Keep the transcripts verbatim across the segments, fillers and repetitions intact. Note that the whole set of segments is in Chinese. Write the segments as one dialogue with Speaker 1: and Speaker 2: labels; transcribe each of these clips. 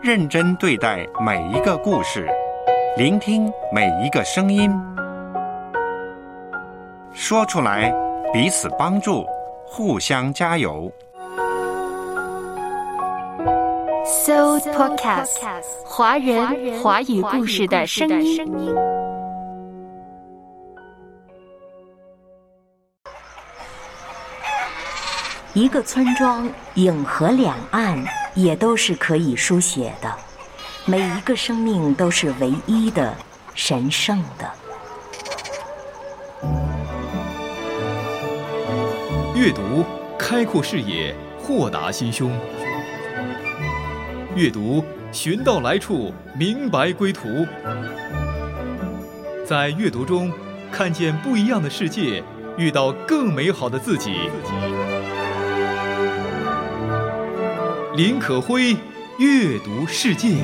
Speaker 1: 认真对待每一个故事，聆听每一个声音，说出来，彼此帮助，互相加油。
Speaker 2: So Podcast 华人华语故事的声音。
Speaker 3: 一个村庄，影河两岸也都是可以书写的，每一个生命都是唯一的、神圣的。
Speaker 4: 阅读开阔视野，豁达心胸。阅读寻到来处，明白归途。在阅读中看见不一样的世界，遇到更美好的自己。林可辉阅读世界。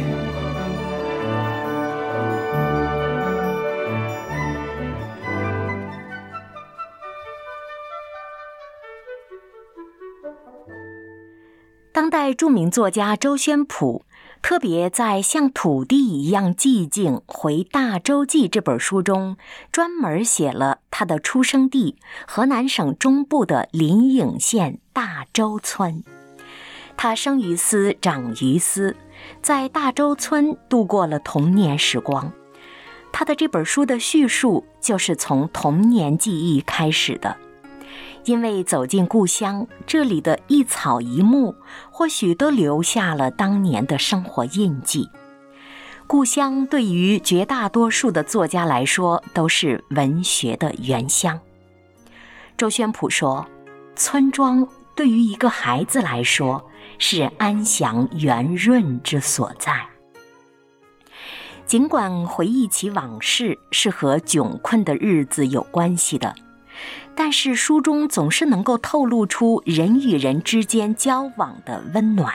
Speaker 3: 当代著名作家周宣普特别在《像土地一样寂静回大洲记》这本书中，专门写了他的出生地河南省中部的临颍县大洲村。他生于斯，长于斯，在大洲村度过了童年时光。他的这本书的叙述就是从童年记忆开始的。因为走进故乡，这里的一草一木或许都留下了当年的生活印记。故乡对于绝大多数的作家来说都是文学的原乡。周宣普说，村庄对于一个孩子来说是安详圆润之所在。尽管回忆起往事是和窘困的日子有关系的，但是书中总是能够透露出人与人之间交往的温暖。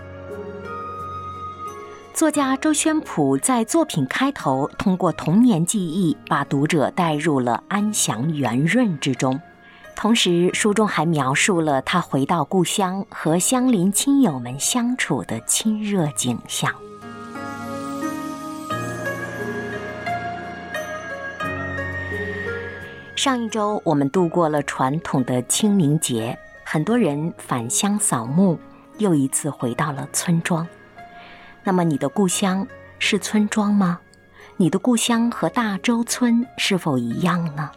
Speaker 3: 作家周宣普在作品开头通过童年记忆把读者带入了安详圆润之中，同时书中还描述了他回到故乡和乡邻亲友们相处的亲热景象。上一周我们度过了传统的清明节，很多人返乡扫墓，又一次回到了村庄。那么你的故乡是村庄吗？你的故乡和大洲村是否一样呢？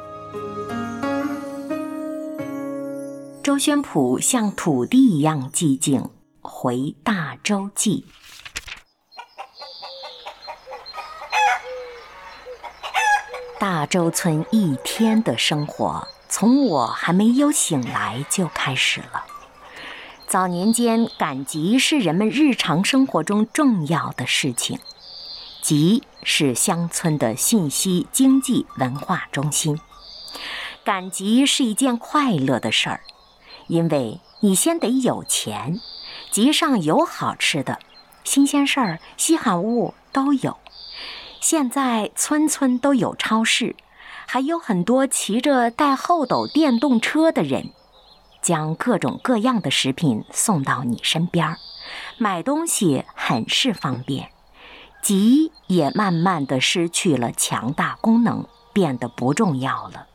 Speaker 3: 周宣普像土地一样寂静，回大洲记。大洲村一天的生活，从我还没有醒来就开始了。早年间，赶集是人们日常生活中重要的事情。集是乡村的信息、经济、文化中心。赶集是一件快乐的事儿，因为你先得有钱，集上有好吃的，新鲜事儿、稀罕物都有。现在村村都有超市，还有很多骑着带后斗电动车的人，将各种各样的食品送到你身边，买东西很是方便。集也慢慢地失去了强大功能，变得不重要了。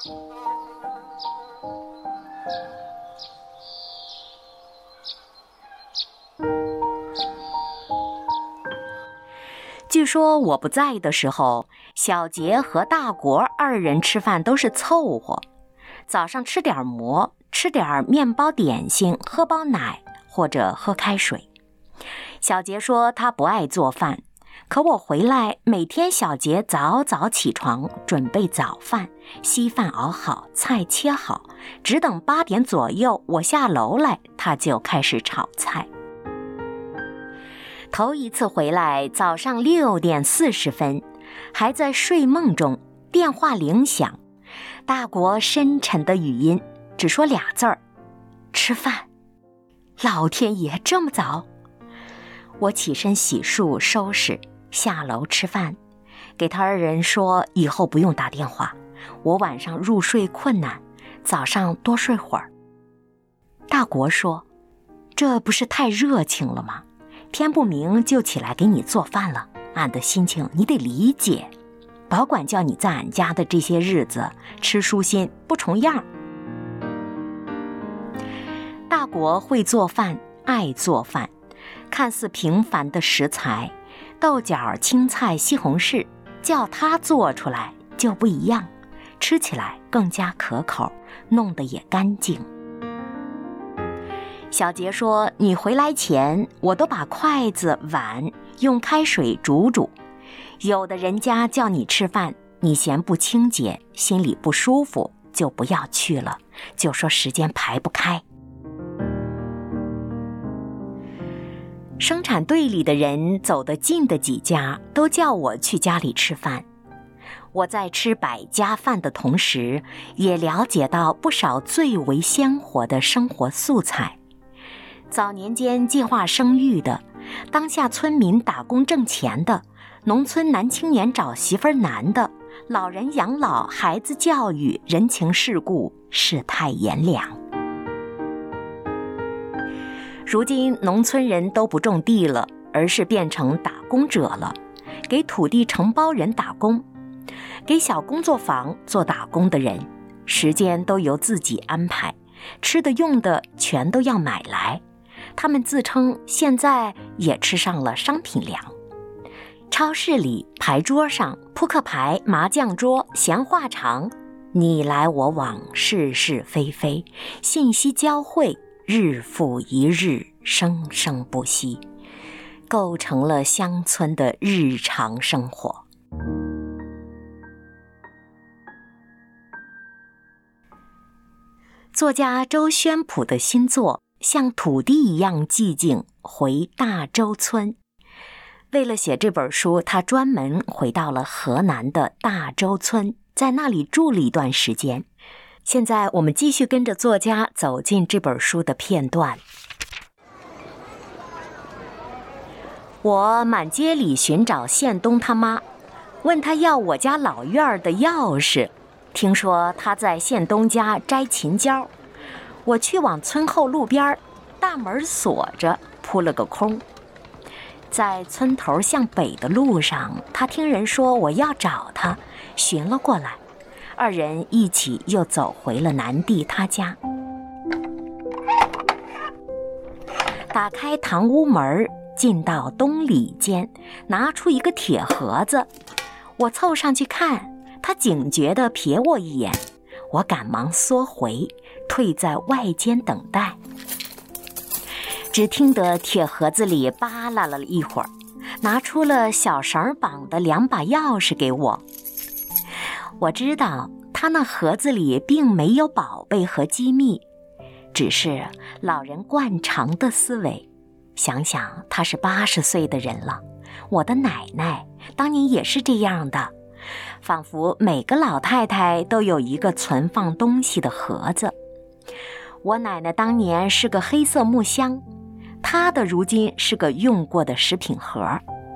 Speaker 3: 据说我不在的时候，小杰和大国二人吃饭都是凑合，早上吃点馍，吃点面包点心，喝包奶或者喝开水。小杰说他不爱做饭，可我回来，每天小杰早早起床，准备早饭，稀饭熬好，菜切好，只等八点左右我下楼来，他就开始炒菜。头一次回来，早上六点四十分，还在睡梦中，电话铃响，大国深沉的语音只说俩字儿：吃饭。老天爷，这么早？我起身洗漱收拾，下楼吃饭，给他二人说以后不用打电话，我晚上入睡困难，早上多睡会儿。大国说，这不是太热情了吗？ 偏不明就起来给你做饭了，俺的心情你得理解，保管叫你在俺家的这些日子吃舒心不重样。大国会做饭，爱做饭，看似平凡的食材，豆角、青菜、西红柿，叫它做出来就不一样，吃起来更加可口，弄得也干净。小杰说，你回来前我都把筷子碗用开水煮煮，有的人家叫你吃饭，你嫌不清洁，心里不舒服，就不要去了，就说时间排不开。生产队里的人走得近的几家都叫我去家里吃饭，我在吃百家饭的同时，也了解到不少最为鲜活的生活素材。早年间计划生育的，当下村民打工挣钱的，农村男青年找媳妇儿难的，老人养老、孩子教育、人情世故，世态炎凉。如今农村人都不种地了，而是变成打工者了，给土地承包人打工，给小工作坊做打工的人，时间都由自己安排，吃的用的全都要买来。他们自称现在也吃上了商品粮。超市里牌桌上扑克牌、麻将桌、闲话场，你来我往，是是非非，信息交汇，日复一日，生生不息，构成了乡村的日常生活。作家周宣普的新作像土地一样寂静，回大周村。为了写这本书，他专门回到了河南的大周村，在那里住了一段时间。现在我们继续跟着作家走进这本书的片段。我满街里寻找县东他妈，问他要我家老院的钥匙，听说他在县东家摘芹椒。我去往村后路边，大门锁着，扑了个空。在村头向北的路上，他听人说我要找他，寻了过来，二人一起又走回了南地他家。打开堂屋门，进到东里间，拿出一个铁盒子。我凑上去看，他警觉地瞥我一眼，我赶忙缩回，退在外间等待。只听得铁盒子里扒拉了一会儿，拿出了小绳绑的两把钥匙给我。我知道他那盒子里并没有宝贝和机密，只是老人惯常的思维。想想他是八十岁的人了，我的奶奶当年也是这样的，仿佛每个老太太都有一个存放东西的盒子。我奶奶当年是个黑色木箱，她的如今是个用过的食品盒。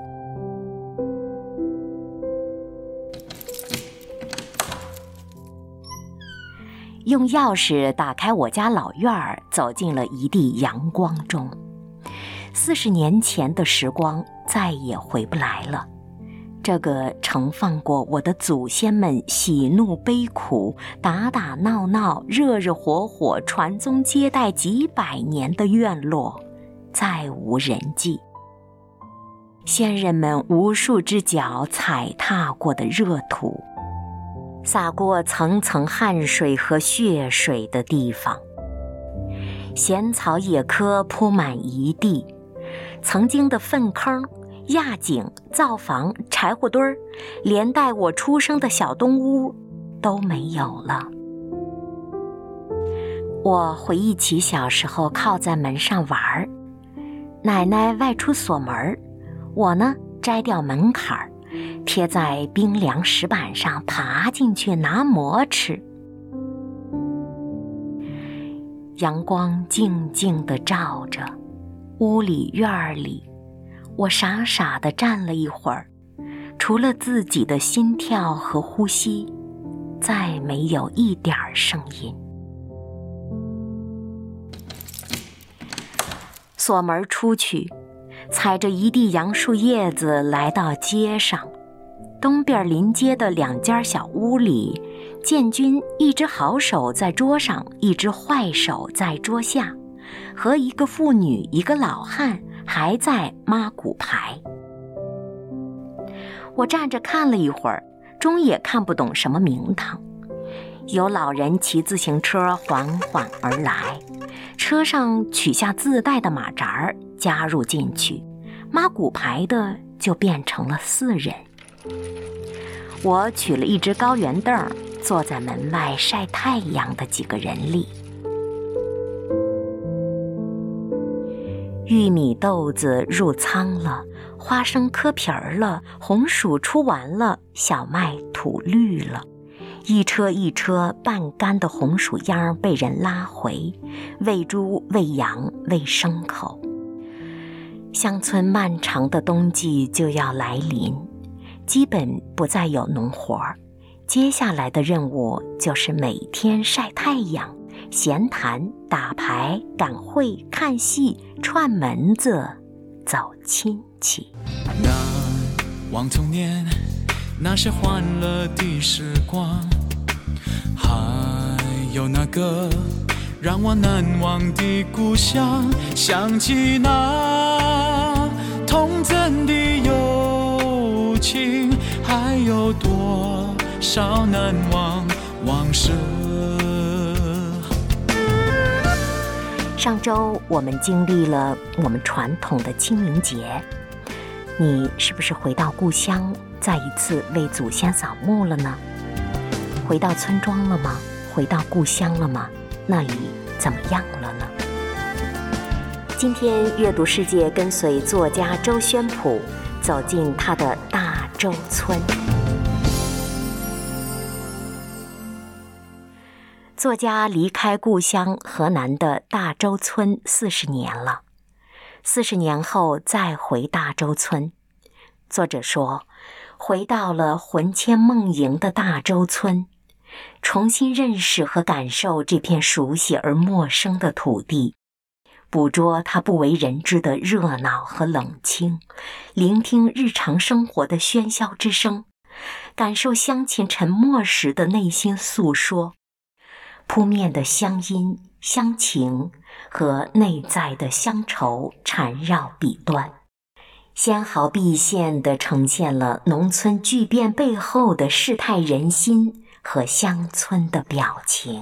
Speaker 3: 用钥匙打开我家老院儿，走进了一地阳光中。四十年前的时光再也回不来了，这个盛放过我的祖先们喜怒悲苦、打打闹闹、热热火火、传宗接代几百年的院落，再无人迹。先人们无数只脚踩踏过的热土，洒过层层汗水和血水的地方，闲草野棵铺满一地，曾经的粪坑、压井、灶房、柴火堆儿，连带我出生的小东屋都没有了。我回忆起小时候靠在门上玩，奶奶外出锁门，我呢摘掉门槛儿，贴在冰凉石板上，爬进去拿馍吃。阳光静静地照着，屋里院里，我傻傻地站了一会儿，除了自己的心跳和呼吸，再没有一点声音。锁门出去， 踩着一地杨树叶子来到街上。东边临街的两间小屋里，建军一只好手在桌上，一只坏手在桌下，和一个妇女一个老汉还在抹骨牌。我站着看了一会儿，终也看不懂什么名堂。有老人骑自行车缓缓而来，车上取下自带的马扎加入进去，抹骨牌的就变成了四人。我取了一只高圆凳，坐在门外晒太阳的几个人里。玉米豆子入仓了，花生磕皮儿了，红薯出完了，小麦吐绿了。一车一车半干的红薯秧被人拉回，喂猪喂羊喂牲口。乡村漫长的冬季就要来临，基本不再有农活，接下来的任务就是每天晒太阳、闲谈、打牌、赶会、看戏、串门子、走亲戚。
Speaker 5: 难忘童年那些欢乐的时光，还有那个让我难忘的故乡，想起那童真的友情，还有多少难忘往事。
Speaker 3: 上周我们经历了我们传统的清明节，你是不是回到故乡，再一次为祖先扫墓了呢？回到村庄了吗？回到故乡了吗？那里怎么样了呢？今天阅读世界跟随作家周宣普走进他的大周村。作家离开故乡河南的大周村四十年了，四十年后再回大周村，作者说，回到了魂牵梦萦的大周村，重新认识和感受这片熟悉而陌生的土地，捕捉它不为人知的热闹和冷清，聆听日常生活的喧嚣之声，感受乡亲沉默时的内心诉说，扑面的乡音、乡情和内在的乡愁缠绕笔端，纤毫毕现地呈现了农村巨变背后的世态人心和乡村的表情。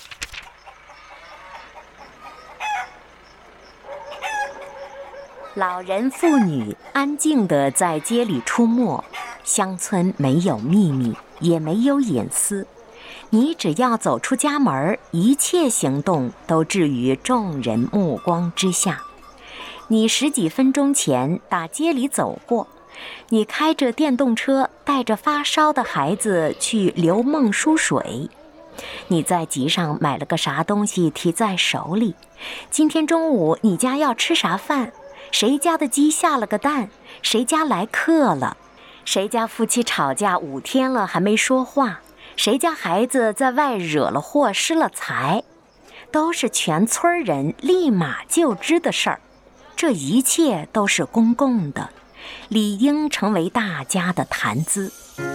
Speaker 3: 老人妇女安静地在街里出没，乡村没有秘密，也没有隐私。你只要走出家门，一切行动都置于众人目光之下。你十几分钟前打街里走过，你开着电动车带着发烧的孩子去刘梦输水，你在集上买了个啥东西提在手里，今天中午你家要吃啥饭，谁家的鸡下了个蛋，谁家来客了，谁家夫妻吵架五天了还没说话，谁家孩子在外惹了祸失了财，都是全村人立马就知的事儿。这一切都是公共的，理应成为大家的谈资。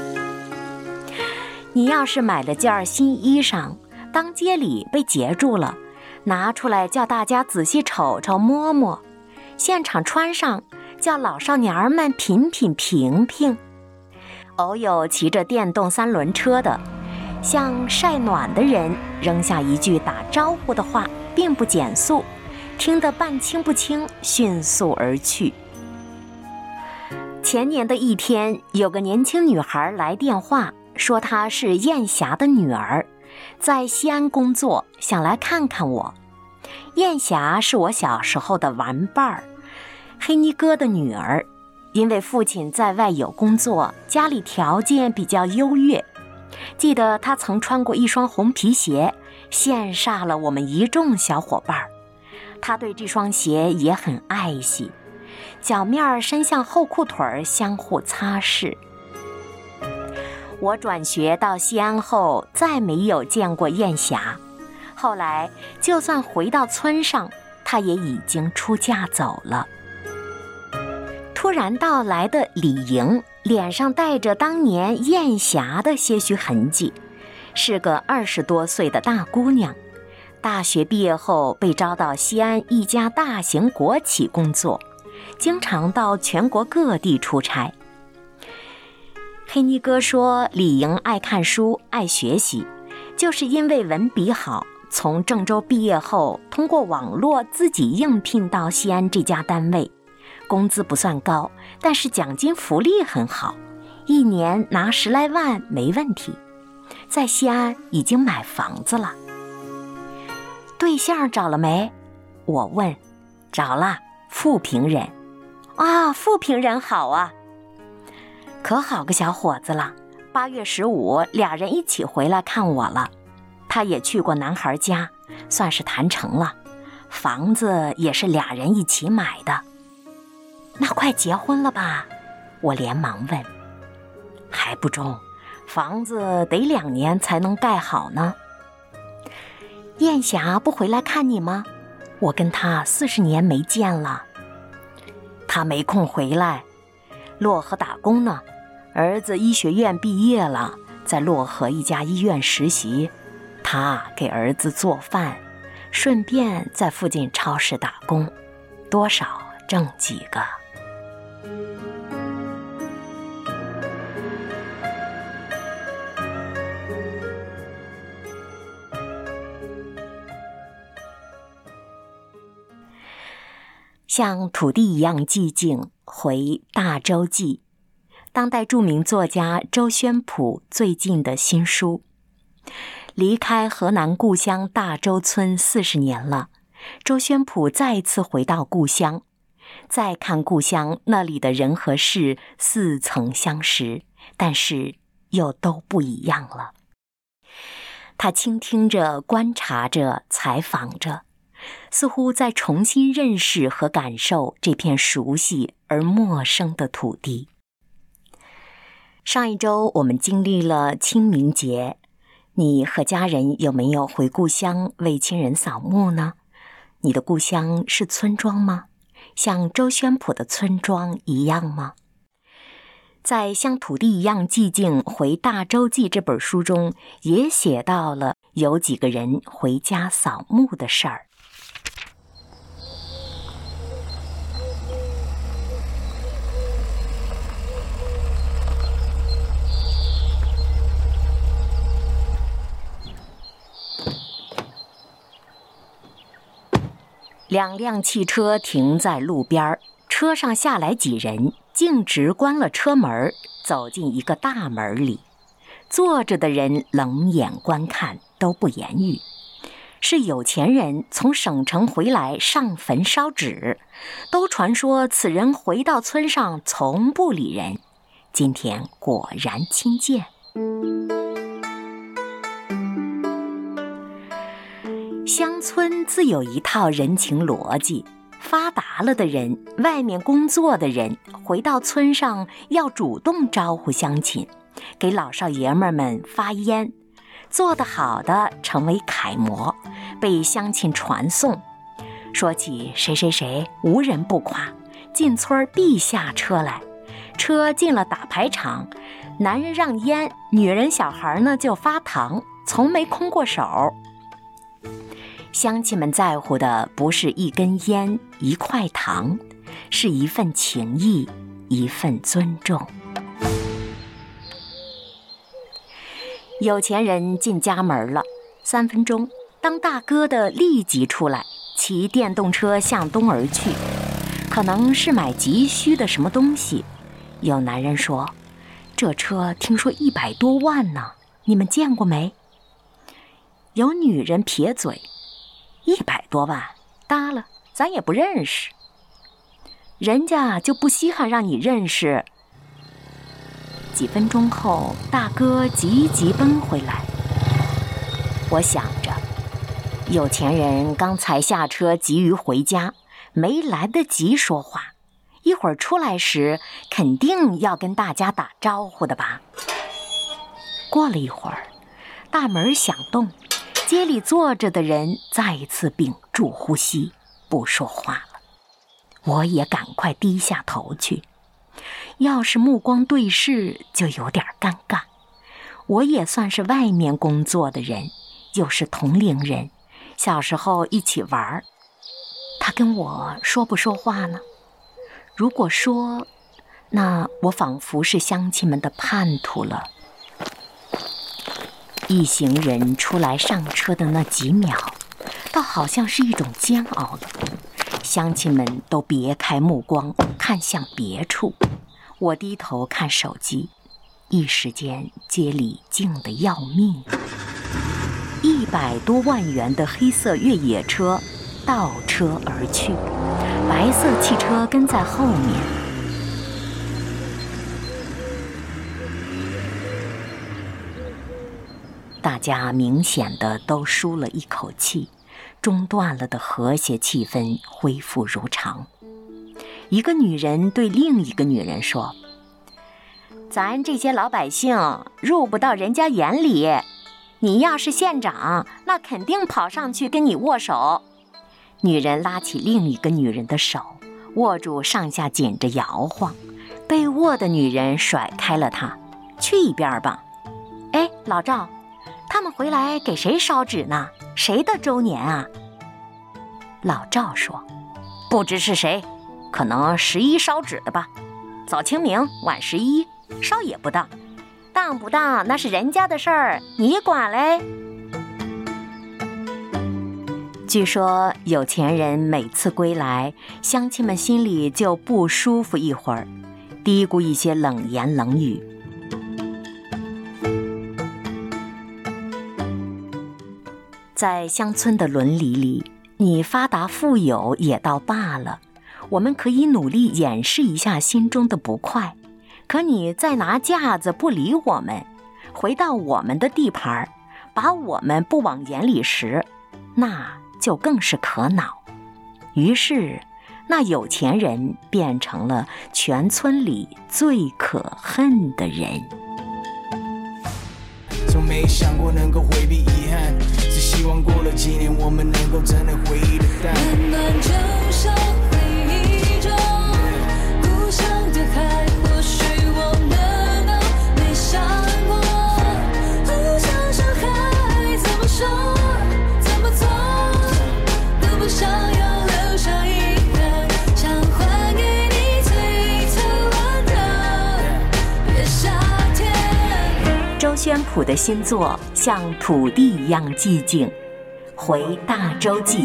Speaker 3: 你要是买了件新衣裳，当街里被截住了，拿出来叫大家仔细瞅瞅摸摸，现场穿上，叫老少年儿们品品评评。偶有骑着电动三轮车的，向晒暖的人扔下一句打招呼的话，并不减速，听得半清不清，迅速而去。前年的一天，有个年轻女孩来电话，说她是燕霞的女儿，在西安工作，想来看看我。燕霞是我小时候的玩伴儿，黑妮哥的女儿，因为父亲在外有工作，家里条件比较优越。记得她曾穿过一双红皮鞋，羡煞了我们一众小伙伴。她对这双鞋也很爱惜，脚面伸向后裤腿相互擦拭。我转学到西安后，再没有见过燕霞。后来就算回到村上，她也已经出嫁走了。 突然到来的李莹脸上带着当年艳霞的些许痕迹，是个二十多岁的大姑娘。大学毕业后被招到西安一家大型国企工作，经常到全国各地出差。黑妮哥说，李莹爱看书，爱学习，就是因为文笔好，从郑州毕业后，通过网络自己应聘到西安这家单位，工资不算高，但是奖金福利很好，一年拿十来万没问题。在西安已经买房子了。对象找了没？我问。找了，富平人。啊，富平人好啊。可好个小伙子了，八月十五俩人一起回来看我了。他也去过男孩家，算是谈成了，房子也是俩人一起买的。那快结婚了吧？我连忙问。还不中，房子得两年才能盖好呢。燕霞不回来看你吗？我跟她四十年没见了。她没空回来，漯河打工呢，儿子医学院毕业了，在漯河一家医院实习，他给儿子做饭，顺便在附近超市打工，多少挣几个。像土地一样寂静，回大周记，当代著名作家周宣普最近的新书。离开河南故乡大周村四十年了，周宣普再次回到故乡，再看故乡那里的人和事似曾相识，但是又都不一样了。他倾听着，观察着，采访着，似乎在重新认识和感受这片熟悉而陌生的土地。上一周我们经历了清明节，你和家人有没有回故乡为亲人扫墓呢？你的故乡是村庄吗？像周宣普的村庄一样吗？在像土地一样寂静回大周记这本书中，也写到了有几个人回家扫墓的事儿。两辆汽车停在路边，车上下来几人，径直关了车门，走进一个大门里。坐着的人冷眼观看，都不言语。是有钱人从省城回来上坟烧纸，都传说此人回到村上从不理人，今天果然亲见。乡村自有一套人情逻辑，发达了的人，外面工作的人，回到村上要主动招呼乡亲，给老少爷们们发烟，做得好的成为楷模，被乡亲传颂。说起谁谁谁，无人不夸，进村必下车来，车进了打牌场，男人让烟，女人小孩呢就发糖，从没空过手。乡亲们在乎的不是一根烟一块糖，是一份情谊，一份尊重。有钱人进家门了，三分钟，当大哥的立即出来，骑电动车向东而去，可能是买急需的什么东西。有男人说，这车听说一百多万呢，你们见过没？有女人撇嘴，一百多万，搭了，咱也不认识。人家就不稀罕让你认识。几分钟后，大哥急急奔回来。我想着，有钱人刚才下车急于回家，没来得及说话，一会儿出来时肯定要跟大家打招呼的吧。过了一会儿，大门响动，街里坐着的人再一次屏住呼吸，不说话了。我也赶快低下头去。 要是目光对视，就有点尴尬。我也算是外面工作的人，又是同龄人，小时候一起玩。他跟我说不说话呢？如果说，那我仿佛是乡亲们的叛徒了。一行人出来上车的那几秒，倒好像是一种煎熬了。乡亲们都别开目光，看向别处。我低头看手机，一时间街里静得要命。一百多万元的黑色越野车倒车而去，白色汽车跟在后面。大家明显的都舒了一口气，中断了的和谐气氛恢复如常。一个女人对另一个女人说：“咱这些老百姓入不到人家眼里，你要是县长，那肯定跑上去跟你握手。”女人拉起另一个女人的手，握住上下紧着摇晃。被握的女人甩开了她：“去一边吧。”哎，老赵，他们回来给谁烧纸呢？谁的周年啊？老赵说：“不知是谁，可能十一烧纸的吧。早清明晚十一，烧也不当，当不当那是人家的事儿，你管嘞？”据说有钱人每次归来，乡亲们心里就不舒服一会儿，嘀咕一些冷言冷语。在乡村的伦理里，你发达富有也倒罢了，我们可以努力掩饰一下心中的不快。可你再拿架子不理我们，回到我们的地盘，把我们不往眼里时，那就更是可恼。于是那有钱人变成了全村里最可恨的人。
Speaker 6: 从没想过能够回避遗憾，只希望过了几年我们能够真的回忆得淡。
Speaker 7: 温暖就像回忆中故乡的海，或许我们都没想过互相伤害，怎么说怎么做都不想要留下遗憾，想还给你最灿烂的月夏天。
Speaker 3: 周宣普的新作像土地一样寂静，回大洲记。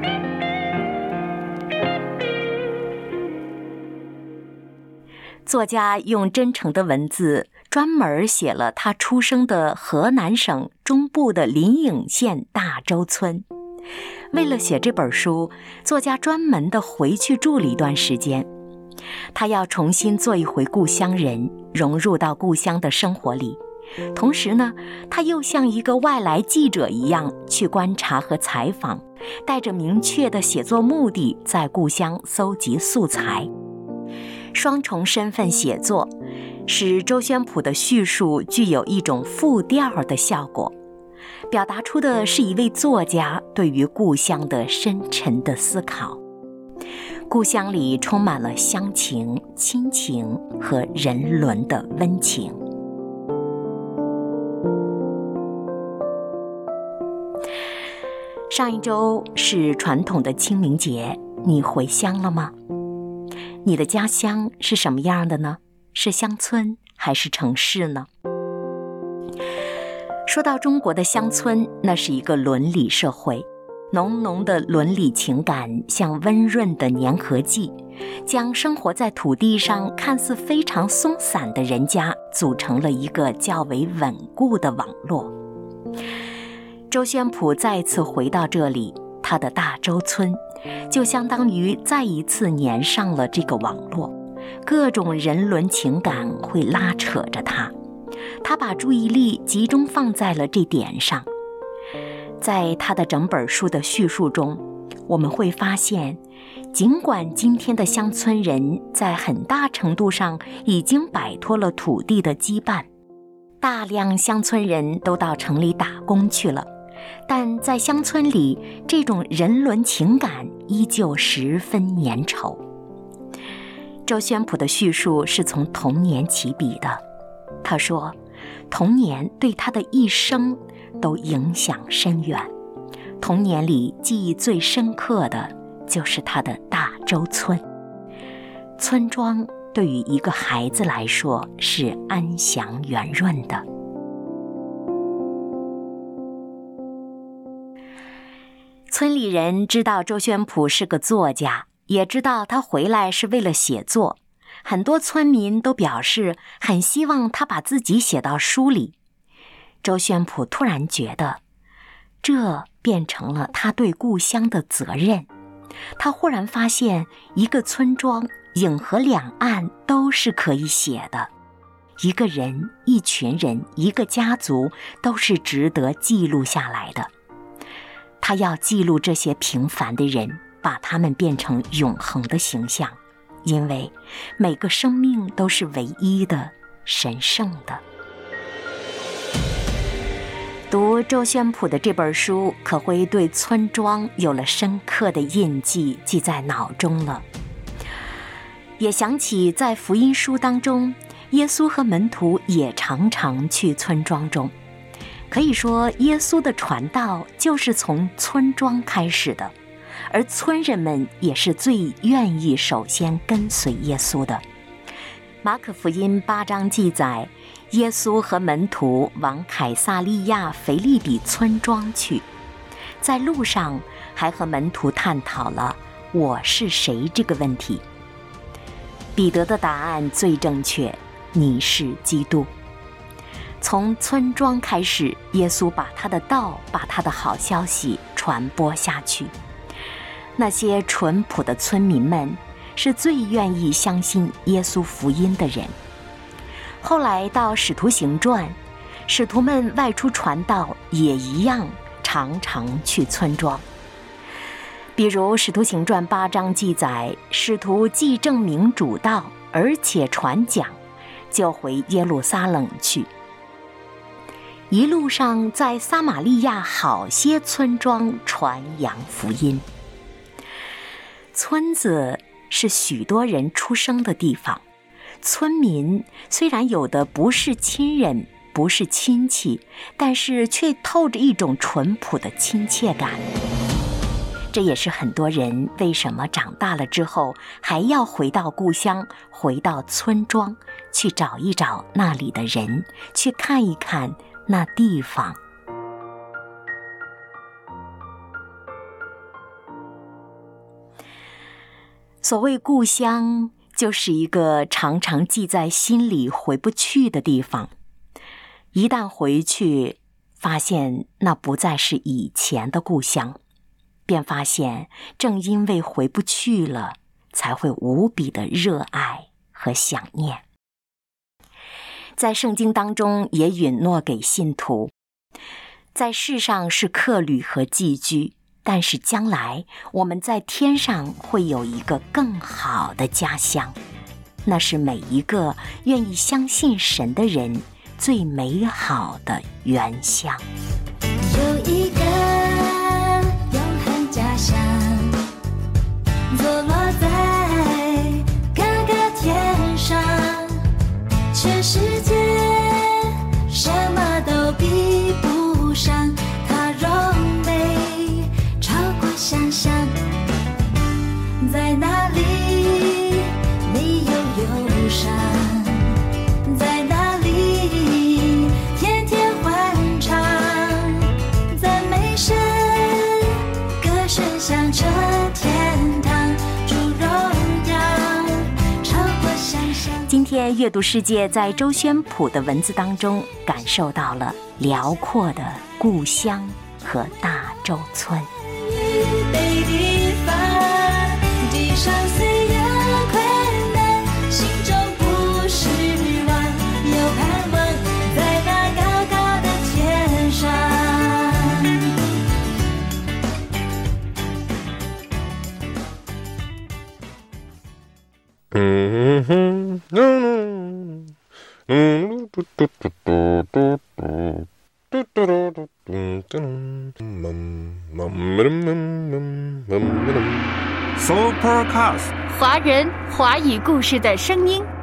Speaker 3: 作家用真诚的文字专门写了他出生的河南省中部的临颍县大洲村。为了写这本书，作家专门的回去住了一段时间。他要重新做一回故乡人，融入到故乡的生活里。同时呢，他又像一个外来记者一样去观察和采访，带着明确的写作目的在故乡搜集素材。双重身份写作使周宣普的叙述具有一种复调的效果，表达出的是一位作家对于故乡的深沉的思考。故乡里充满了乡情、亲情和人伦的温情。上一周是传统的清明节，你回乡了吗？你的家乡是什么样的呢？是乡村还是城市呢？说到中国的乡村，那是一个伦理社会，浓浓的伦理情感像温润的粘合剂，将生活在土地上看似非常松散的人家组成了一个较为稳固的网络。周宣普再次回到这里，他的大洲村就相当于再一次粘上了这个网络，各种人伦情感会拉扯着他，他把注意力集中放在了这点上。在他的整本书的叙述中，我们会发现，尽管今天的乡村人在很大程度上已经摆脱了土地的羁绊，大量乡村人都到城里打工去了，但在乡村里，这种人伦情感依旧十分粘稠。 周宣普的叙述是从童年起笔的。他说，童年对他的一生都影响深远，童年里记忆最深刻的就是他的大洲村。村庄对于一个孩子来说是安详圆润的。村里人知道周宣普是个作家，也知道他回来是为了写作，很多村民都表示很希望他把自己写到书里。周宣普突然觉得，这变成了他对故乡的责任。他忽然发现，一个村庄，影河两岸都是可以写的，一个人、一群人、一个家族都是值得记录下来的。他要记录这些平凡的人，把他们变成永恒的形象，因为每个生命都是唯一的、神圣的。读周宣普的这本书，可会对村庄有了深刻的印记，记在脑中了。也想起在福音书当中，耶稣和门徒也常常去村庄中。可以说，耶稣的传道就是从村庄开始的，而村人们也是最愿意首先跟随耶稣的。马可福音八章记载，耶稣和门徒往凯撒利亚腓立比村庄去，在路上还和门徒探讨了我是谁这个问题。彼得的答案最正确，你是基督。从村庄开始，耶稣把他的道，把他的好消息传播下去。那些淳朴的村民们是最愿意相信耶稣福音的人。后来到使徒行传，使徒们外出传道也一样，常常去村庄。比如使徒行传八章记载，使徒既证明主道，而且传讲，就回耶路撒冷去。一路上在撒玛利亚好些村庄传扬福音。村子是许多人出生的地方，村民虽然有的不是亲人，不是亲戚，但是却透着一种淳朴的亲切感。这也是很多人为什么长大了之后还要回到故乡，回到村庄，去找一找那里的人，去看一看那地方。所谓故乡，就是一个常常记在心里回不去的地方。一旦回去，发现那不再是以前的故乡，便发现正因为回不去了，才会无比的热爱和想念。在圣经当中也允诺给信徒，在世上是客旅和寄居，但是将来我们在天上会有一个更好的家乡，那是每一个愿意相信神的人最美好的原乡。
Speaker 7: 有一个永恒家乡，坐落在高高天上，全世界什么都比不上，它柔美超过想象。在哪里没有忧伤？在哪里天天欢唱？赞美神，歌声响彻天堂，主荣耀超过想象。
Speaker 3: 今天阅读世界在周宣普的文字当中感受到了辽阔的故乡和大洲村。
Speaker 7: 预备地方，地上虽有困难，心中不失望，有盼望在那高高的天上。
Speaker 8: 嗯哼，嗯嗯，嘟嘟嘟嘟嘟嘟。嘟嘟嘟嘟嘟嘟嘟，
Speaker 1: Supercast，
Speaker 2: 华人华语故事的声音。